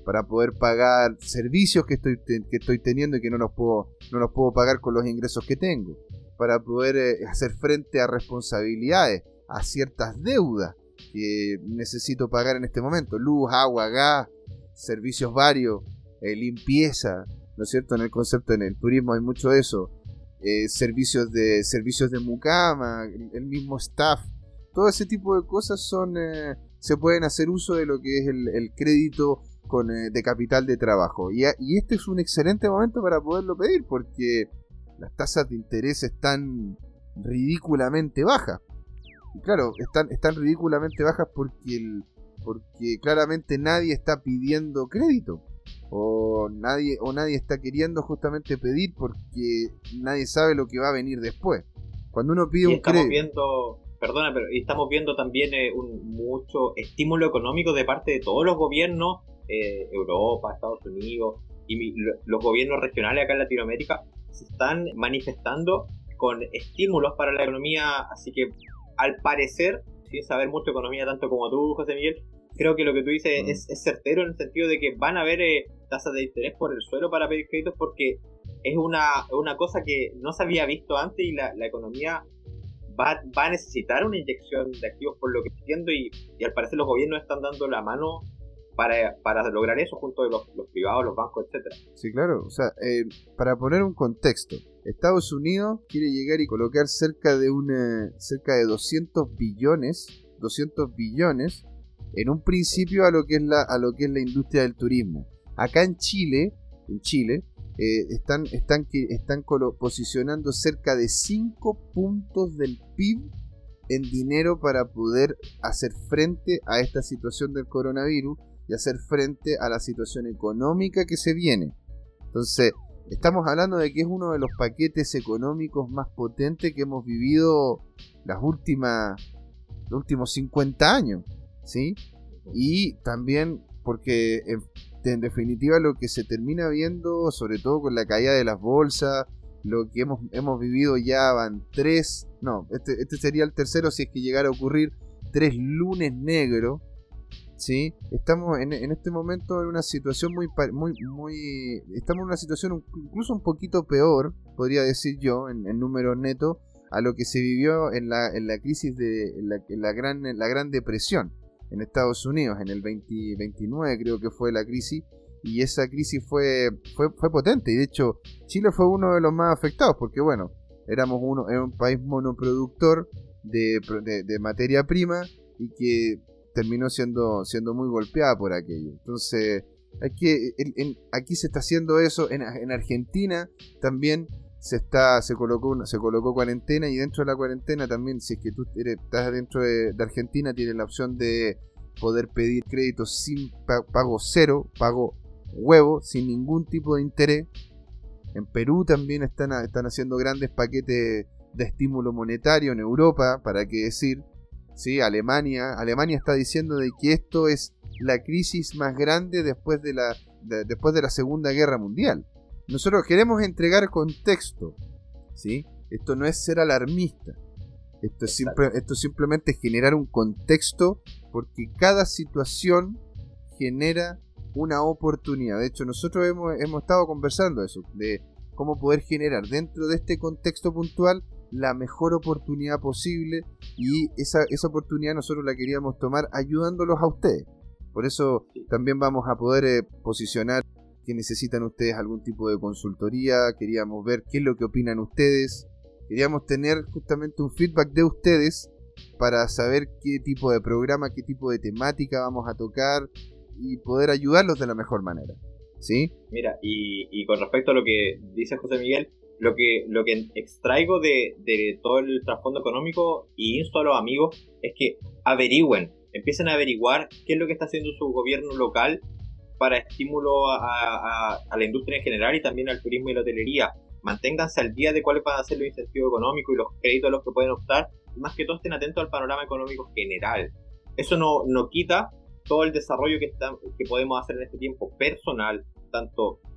para poder pagar servicios que estoy, te, que estoy teniendo y que no los puedo, no los puedo pagar con los ingresos que tengo, para poder eh, hacer frente a responsabilidades, a ciertas deudas que necesito pagar en este momento, luz, agua, gas, servicios varios, eh, limpieza, ¿no es cierto? En el concepto, en el turismo hay mucho de eso, eh, servicios de servicios de mucama, el, el mismo staff, todo ese tipo de cosas son eh, se pueden hacer uso de lo que es el, el crédito con, eh, de capital de trabajo, y, a, y este es un excelente momento para poderlo pedir porque las tasas de interés están ridículamente bajas. Y claro, están, están ridículamente bajas porque, el, porque claramente nadie está pidiendo crédito. O nadie, o nadie está queriendo justamente pedir porque nadie sabe lo que va a venir después. Cuando uno pide y un estamos crédito... viendo, perdona, pero estamos viendo también eh, un mucho estímulo económico de parte de todos los gobiernos, eh, Europa, Estados Unidos, y mi, lo, los gobiernos regionales acá en Latinoamérica se están manifestando con estímulos para la economía, así que al parecer, sin saber mucho de economía tanto como tú, José Miguel, creo que lo que tú dices mm. es, es certero en el sentido de que van a haber eh, tasas de interés por el suelo para pedir créditos porque es una, una cosa que no se había visto antes y la, la economía va, va a necesitar una inyección de activos por lo que entiendo y, y al parecer los gobiernos están dando la mano para, para lograr eso junto de los, los privados, los bancos, etcétera. Sí, claro, o sea, eh, para poner un contexto, Estados Unidos quiere llegar y colocar cerca de una, cerca de doscientos billones en un principio a lo que es la, a lo que es la industria del turismo. Acá en Chile, en Chile, eh, están, están, están posicionando cerca de cinco puntos del P I B en dinero para poder hacer frente a esta situación del coronavirus y hacer frente a la situación económica que se viene. Entonces, estamos hablando de que es uno de los paquetes económicos más potentes que hemos vivido las últimas, los últimos cincuenta años, ¿sí? Y también porque en, en definitiva lo que se termina viendo, sobre todo con la caída de las bolsas, lo que hemos, hemos vivido ya van tres, no, este, este sería el tercero si es que llegara a ocurrir, tres lunes negros, ¿sí? Estamos en, en este momento en una situación muy, muy, muy, estamos en una situación incluso un poquito peor, podría decir yo, en, en números netos, a lo que se vivió en la, en la crisis de, en la, en la gran, en la gran depresión en Estados Unidos, en el veinte veintinueve creo que fue la crisis, y esa crisis fue, fue, fue potente, y de hecho Chile fue uno de los más afectados, porque bueno, éramos uno, era un país monoproductor de, de, de materia prima, y que terminó siendo, siendo muy golpeada por aquello. Entonces, hay que, en, en, aquí se está haciendo eso, en, en Argentina también se está se colocó una, se colocó cuarentena, y dentro de la cuarentena también, si es que tú eres, estás dentro de, de Argentina, tienes la opción de poder pedir créditos sin pago cero, pago huevo, sin ningún tipo de interés. En Perú también están, están haciendo grandes paquetes de estímulo monetario, en Europa, para qué decir, ¿sí? Alemania, Alemania está diciendo de que esto es la crisis más grande después de la, de, después de la Segunda Guerra Mundial. Nosotros queremos entregar contexto, ¿sí? Esto no es ser alarmista. Esto es, simple, esto simplemente es generar un contexto, porque cada situación genera una oportunidad. De hecho, nosotros hemos, hemos estado conversando eso, de cómo poder generar dentro de este contexto puntual la mejor oportunidad posible, y esa, esa oportunidad nosotros la queríamos tomar ayudándolos a ustedes. Por eso también vamos a poder eh, posicionar que necesitan ustedes algún tipo de consultoría, queríamos ver qué es lo que opinan ustedes, queríamos tener justamente un feedback de ustedes para saber qué tipo de programa, qué tipo de temática vamos a tocar y poder ayudarlos de la mejor manera, ¿sí? Mira, y, y con respecto a lo que dice José Miguel, lo que, lo que extraigo de, de todo el trasfondo económico y insto a los amigos es que averigüen, empiecen a averiguar qué es lo que está haciendo su gobierno local para estímulo a, a, a la industria en general y también al turismo y la hotelería. Manténganse al día de cuáles van a ser los incentivos económicos y los créditos a los que pueden optar, y más que todo estén atentos al panorama económico general. Eso no, no quita todo el desarrollo que, está, que podemos hacer en este tiempo personal, tanto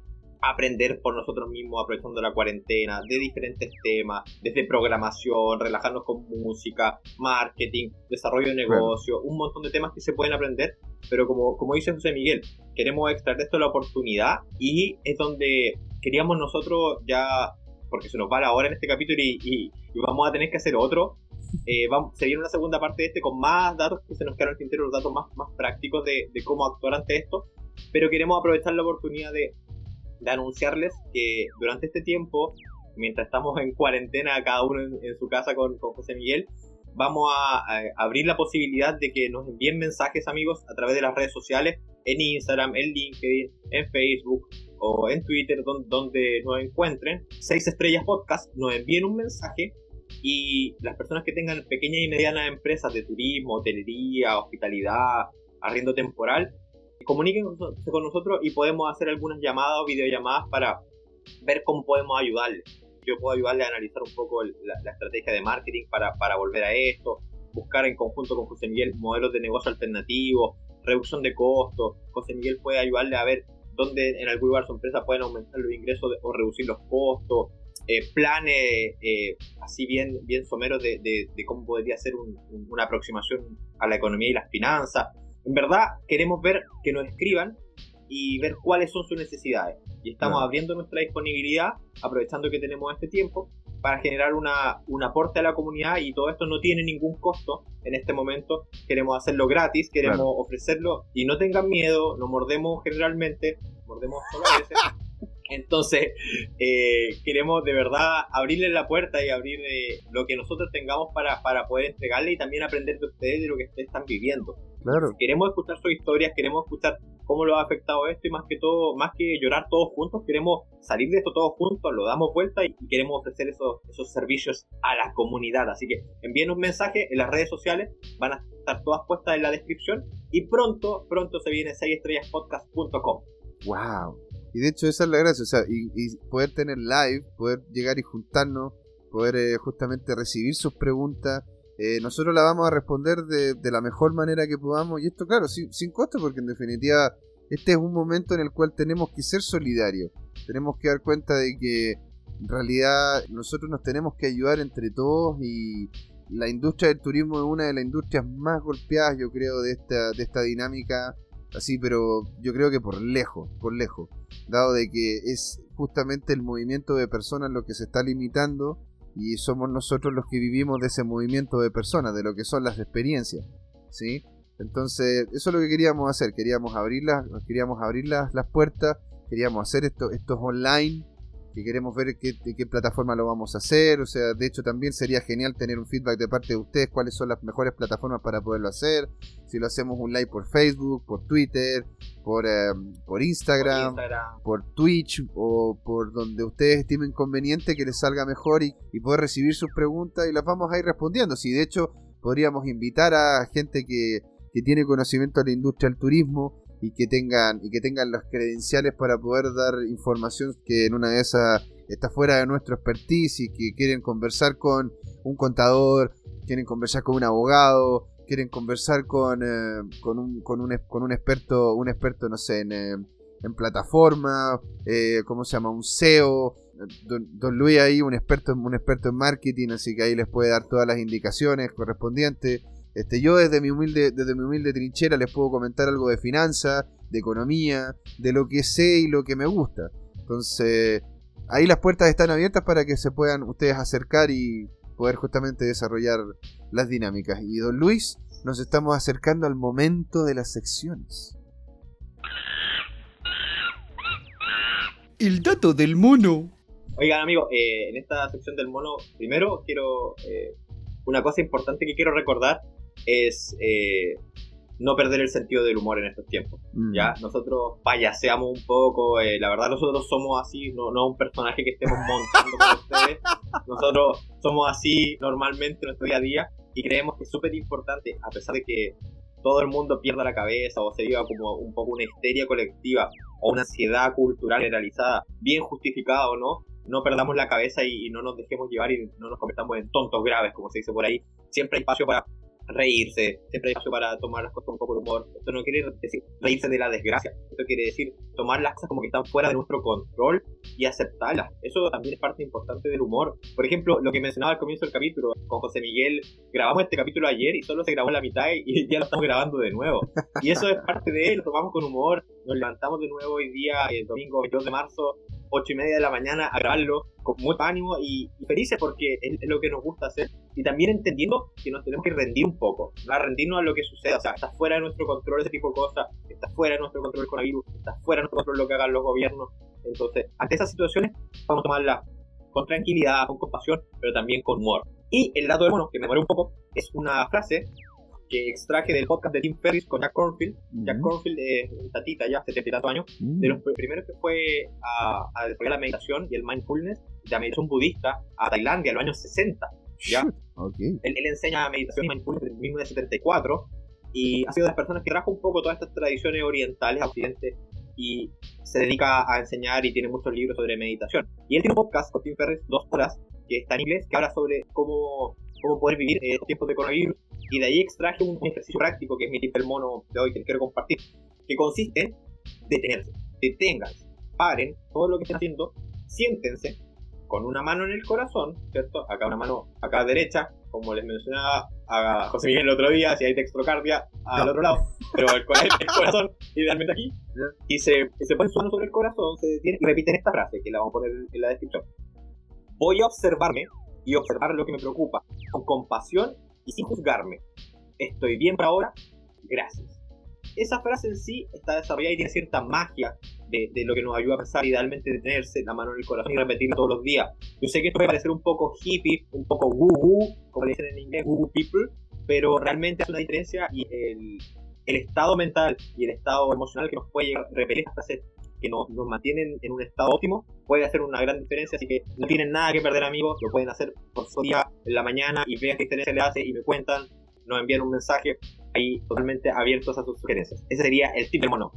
aprender por nosotros mismos aprovechando la cuarentena, de diferentes temas, desde programación, relajarnos con música, marketing, desarrollo de negocio, claro. Un montón de temas que se pueden aprender, pero como, como dice José Miguel, queremos extraer de esto la oportunidad y es donde queríamos nosotros ya, porque se nos va la hora en este capítulo y, y, y vamos a tener que hacer otro, eh, vamos, se viene una segunda parte de este con más datos que se nos quedaron en el tintero, los datos más, más prácticos de, de cómo actuar ante esto, pero queremos aprovechar la oportunidad de de anunciarles que durante este tiempo, mientras estamos en cuarentena cada uno en, en su casa con, con José Miguel, vamos a, a abrir la posibilidad de que nos envíen mensajes, amigos, a través de las redes sociales, en Instagram, en LinkedIn, en Facebook o en Twitter, donde, donde nos encuentren, seis Estrellas Podcast, nos envíen un mensaje y las personas que tengan pequeñas y medianas empresas de turismo, hotelería, hospitalidad, arriendo temporal, comuníquense con nosotros y podemos hacer algunas llamadas o videollamadas para ver cómo podemos ayudarles. Yo puedo ayudarles a analizar un poco la, la estrategia de marketing para, para volver a esto, buscar en conjunto con José Miguel modelos de negocio alternativos, reducción de costos. José Miguel puede ayudarle a ver dónde en algún lugar su empresa pueden aumentar los ingresos de, o reducir los costos, eh, planes eh, así bien, bien someros de, de, de cómo podría ser un, un, una aproximación a la economía y las finanzas. En verdad, queremos ver que nos escriban y ver cuáles son sus necesidades. Y estamos no. abriendo nuestra disponibilidad, aprovechando que tenemos este tiempo, para generar una, un aporte a la comunidad, y todo esto no tiene ningún costo en este momento. Queremos hacerlo gratis, queremos claro. ofrecerlo, y no tengan miedo, no mordemos generalmente, mordemos solo a veces. Entonces, eh, queremos de verdad abrirle la puerta y abrir eh, lo que nosotros tengamos para, para poder entregarle y también aprender de ustedes de lo que ustedes están viviendo. Claro. Queremos escuchar sus historias, queremos escuchar cómo lo ha afectado esto y más que todo, más que llorar todos juntos, queremos salir de esto todos juntos, lo damos vuelta y queremos ofrecer esos, esos servicios a la comunidad. Así que envíen un mensaje en las redes sociales, van a estar todas puestas en la descripción y pronto, pronto se viene seis estrellas podcast punto com. ¡Wow! Y de hecho esa es la gracia, o sea, y, y poder tener live, poder llegar y juntarnos, poder eh, justamente recibir sus preguntas, eh, nosotros las vamos a responder de, de la mejor manera que podamos, y esto claro, sin, sin costo, porque en definitiva este es un momento en el cual tenemos que ser solidarios, tenemos que dar cuenta de que en realidad nosotros nos tenemos que ayudar entre todos, y la industria del turismo es una de las industrias más golpeadas, yo creo, de esta, de esta dinámica. Así, pero yo creo que por lejos, por lejos, dado de que es justamente el movimiento de personas lo que se está limitando y somos nosotros los que vivimos de ese movimiento de personas, de lo que son las experiencias, ¿sí? Entonces, eso es lo que queríamos hacer, queríamos abrir las, queríamos abrir las, las puertas, queríamos hacer esto, estos online, que queremos ver qué, de qué plataforma lo vamos a hacer, o sea, de hecho también sería genial tener un feedback de parte de ustedes, cuáles son las mejores plataformas para poderlo hacer, si lo hacemos un live por Facebook, por Twitter, por, eh, por, Instagram, por Instagram, por Twitch, o por donde ustedes estimen conveniente que les salga mejor, y, y poder recibir sus preguntas y las vamos a ir respondiendo. Si de hecho podríamos invitar a gente que, que tiene conocimiento de la industria del turismo, y que tengan y que tengan las credenciales para poder dar información que en una de esas está fuera de nuestro expertise, y que quieren conversar con un contador, quieren conversar con un abogado, quieren conversar con eh, con un con un con un experto un experto no sé en, eh, en plataforma, eh, ¿cómo se llama? Un S E O, don, don Luis ahí, un experto un experto en marketing, así que ahí les puede dar todas las indicaciones correspondientes. Este, yo desde mi humilde desde mi humilde trinchera les puedo comentar algo de finanzas, de economía, de lo que sé y lo que me gusta. Entonces, ahí las puertas están abiertas para que se puedan ustedes acercar y poder justamente desarrollar las dinámicas. Y don Luis, nos estamos acercando al momento de las secciones. El dato del mono. Oigan, amigos, eh, en esta sección del mono, primero quiero... Eh, una cosa importante que quiero recordar es eh, no perder el sentido del humor en estos tiempos. Mm. Ya, nosotros payaseamos un poco, eh, la verdad nosotros somos así, no, no un personaje que estemos montando con ustedes. Nosotros somos así normalmente en nuestro día a día y creemos que es súper importante, a pesar de que todo el mundo pierda la cabeza o se viva como un poco una histeria colectiva o una ansiedad cultural generalizada, bien justificada o no, no perdamos la cabeza y, y no nos dejemos llevar y no nos convertamos en tontos graves, como se dice por ahí. Siempre hay espacio para reírse, siempre hay espacio para tomar las cosas con un poco de humor. Esto no quiere decir reírse de la desgracia, esto quiere decir tomar las cosas como que están fuera de nuestro control y aceptarlas. Eso también es parte importante del humor. Por ejemplo, lo que mencionaba al comienzo del capítulo, con José Miguel, grabamos este capítulo ayer y solo se grabó la mitad y ya lo estamos grabando de nuevo. Y eso es parte de él, lo tomamos con humor, nos levantamos de nuevo hoy día, el domingo veintidós de marzo, ocho y media de la mañana, a grabarlo con mucho ánimo y, y felices porque es, es lo que nos gusta hacer. Y también entendiendo que nos tenemos que rendir un poco, ¿no? Rendirnos a lo que suceda. O sea, está fuera de nuestro control ese tipo de cosas, está fuera de nuestro control el coronavirus, está fuera de nuestro control lo que hagan los gobiernos. Entonces, ante esas situaciones, vamos a tomarlas con tranquilidad, con compasión, pero también con humor. Y el dato del mono, que me demoré un poco, es una frase que extraje del podcast de Tim Ferriss con Jack Kornfield. Uh-huh. Jack Kornfield es un tatita ya, setenta y tantos años, uh-huh. de los primeros que fue a, a desarrollar la meditación y el mindfulness, la meditación budista, a Tailandia en los años sesenta. ¿Ya? Okay. Él, él enseña meditación y mindfulness en mil novecientos setenta y cuatro y ha sido de las personas que trajo un poco todas estas tradiciones orientales a Occidente y se dedica a enseñar y tiene muchos libros sobre meditación. Y él tiene un podcast con Tim Ferriss, dos horas, que está en inglés, que habla sobre cómo, cómo poder vivir eh, estos tiempos de coronavirus. Y de ahí extraje un ejercicio práctico, que es mi tip del mono de hoy, que les quiero compartir, que consiste en detenerse, deténganse, paren todo lo que estén haciendo, siéntense con una mano en el corazón, ¿cierto? Acá una mano, acá derecha, como les mencionaba a José Miguel el otro día, si hay dextrocardia al otro lado, pero el, el corazón, idealmente aquí, y se, se ponen su mano sobre el corazón, se detienen y repiten esta frase, que la vamos a poner en la descripción. Voy a observarme y observar lo que me preocupa, con compasión y sin juzgarme. Estoy bien por ahora, gracias. Esa frase en sí está desarrollada y tiene cierta magia de, de lo que nos ayuda a pensar, idealmente detenerse, la mano en el corazón y repetirlo todos los días. Yo sé que esto puede parecer un poco hippie, un poco woo-woo, como le dicen en inglés, woo-woo people, pero realmente hace una diferencia y el, el estado mental y el estado emocional que nos puede llegar a repetir estas frases que nos, nos mantienen en un estado óptimo puede hacer una gran diferencia, así que no tienen nada que perder, amigos, lo pueden hacer por su día en la mañana y vean qué diferencia le hace y me cuentan, nos envían un mensaje ahí totalmente abiertos a sus sugerencias. Ese sería el tip del mono.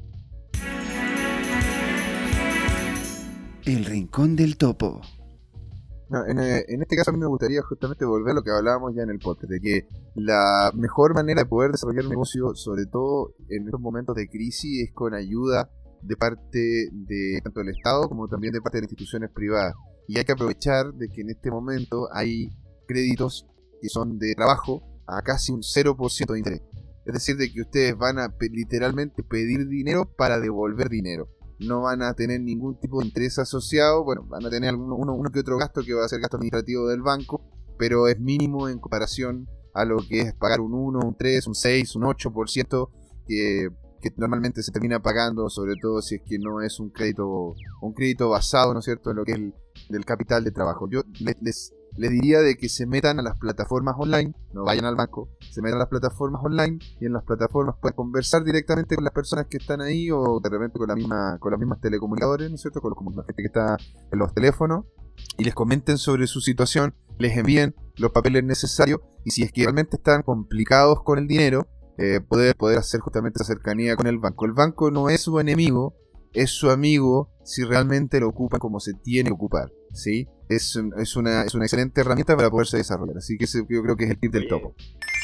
El rincón del topo. No, en, en este caso a mí me gustaría justamente volver a lo que hablábamos ya en el podcast, de que la mejor manera de poder desarrollar un negocio, sobre todo en estos momentos de crisis, es con ayuda de parte de tanto del Estado como también de parte de las instituciones privadas. Y hay que aprovechar de que en este momento hay créditos que son de trabajo a casi un cero por ciento de interés. Es decir, de que ustedes van a pe- literalmente pedir dinero para devolver dinero. No van a tener ningún tipo de interés asociado. Bueno, van a tener alguno, uno, uno que otro gasto que va a ser gasto administrativo del banco, pero es mínimo en comparación a lo que es pagar un uno, un tres, un seis, un ocho por ciento que, que normalmente se termina pagando, sobre todo si es que no es un crédito un crédito basado, ¿no es cierto?, en lo que es el del capital de trabajo. Yo les, les les diría de que se metan a las plataformas online, no vayan al banco, se metan a las plataformas online y en las plataformas pueden conversar directamente con las personas que están ahí o de repente con la misma con las mismas telecomunicadores, ¿no es cierto?, con la gente que está en los teléfonos y les comenten sobre su situación, les envíen los papeles necesarios y si es que realmente están complicados con el dinero, eh, poder, poder hacer justamente esa cercanía con el banco. El banco no es su enemigo, es su amigo si realmente lo ocupan como se tiene que ocupar, ¿sí? Es, un, es, una, es una excelente herramienta para poderse desarrollar. Así que ese, yo creo que es el tip del topo.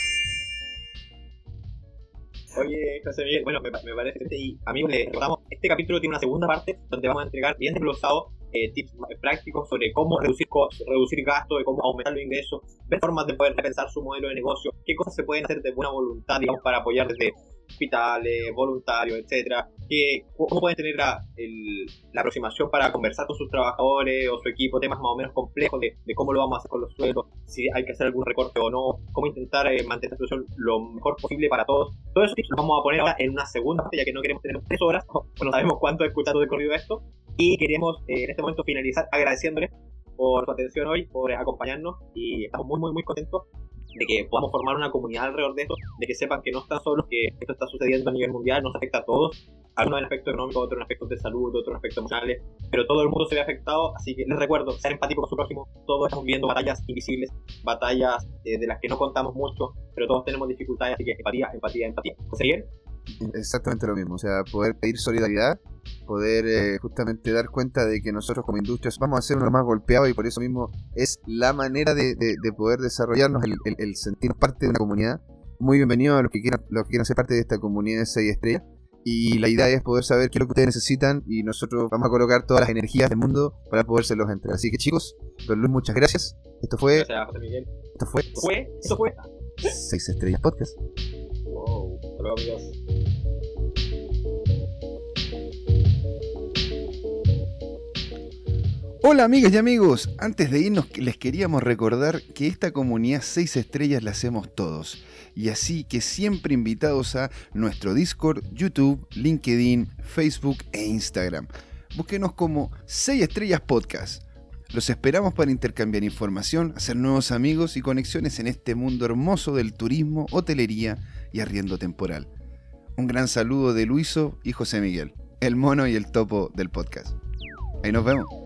Oye, José Miguel, bueno, me, me parece que y amigos, les recordamos, este capítulo tiene una segunda parte donde vamos a entregar bien desglosado eh, tips prácticos sobre cómo reducir costos, reducir gastos, de cómo aumentar los ingresos, ver formas de poder repensar su modelo de negocio, qué cosas se pueden hacer de buena voluntad, digamos, para apoyar desde hospitales, voluntarios, etcétera, que cómo pueden tener la, el, la aproximación para conversar con sus trabajadores o su equipo, temas más o menos complejos de, de cómo lo vamos a hacer con los sueldos, si hay que hacer algún recorte o no, cómo intentar eh, mantener la situación lo mejor posible para todos. Todos esos tips los vamos a poner ahora en una segunda parte, ya que no queremos tener tres horas, no sabemos cuánto he escuchado de corrido esto, y queremos eh, en este momento finalizar agradeciéndoles por su atención hoy, por acompañarnos, y estamos muy muy muy contentos de que podamos formar una comunidad alrededor de esto, de que sepan que no están solos, que esto está sucediendo a nivel mundial, nos afecta a todos, algunos en aspectos económicos, otros en aspectos de salud, otros en aspectos emocionales, pero todo el mundo se ve afectado, así que les recuerdo, ser empático con su prójimo, todos estamos viviendo batallas invisibles, batallas eh, de las que no contamos mucho, pero todos tenemos dificultades, así que empatía, empatía, empatía. ¿José Miguel? Exactamente lo mismo, o sea, poder pedir solidaridad, poder eh, justamente dar cuenta de que nosotros como industrias vamos a ser uno más golpeado y por eso mismo es la manera de, de, de poder desarrollarnos, el, el, el sentirnos parte de una comunidad, muy bienvenidos a los que quieran, los que quieran ser parte de esta comunidad de seis estrellas. Y la idea es poder saber qué es lo que ustedes necesitan y nosotros vamos a colocar todas las energías del mundo para podérselos entregar. Así que chicos, don Luis, muchas gracias. Esto fue... Gracias, José Miguel. Esto fue... ¿Fue? ¿Eso fue? seis estrellas podcast. Wow. Hasta luego, amigos. Hola amigas y amigos, antes de irnos les queríamos recordar que esta comunidad seis estrellas la hacemos todos y así que siempre invitados a nuestro Discord, YouTube, LinkedIn, Facebook e Instagram. Búsquenos como seis estrellas podcast. Los esperamos para intercambiar información, hacer nuevos amigos y conexiones en este mundo hermoso del turismo, hotelería y arriendo temporal. Un gran saludo de Luiso y José Miguel, el mono y el topo del podcast. Ahí nos vemos.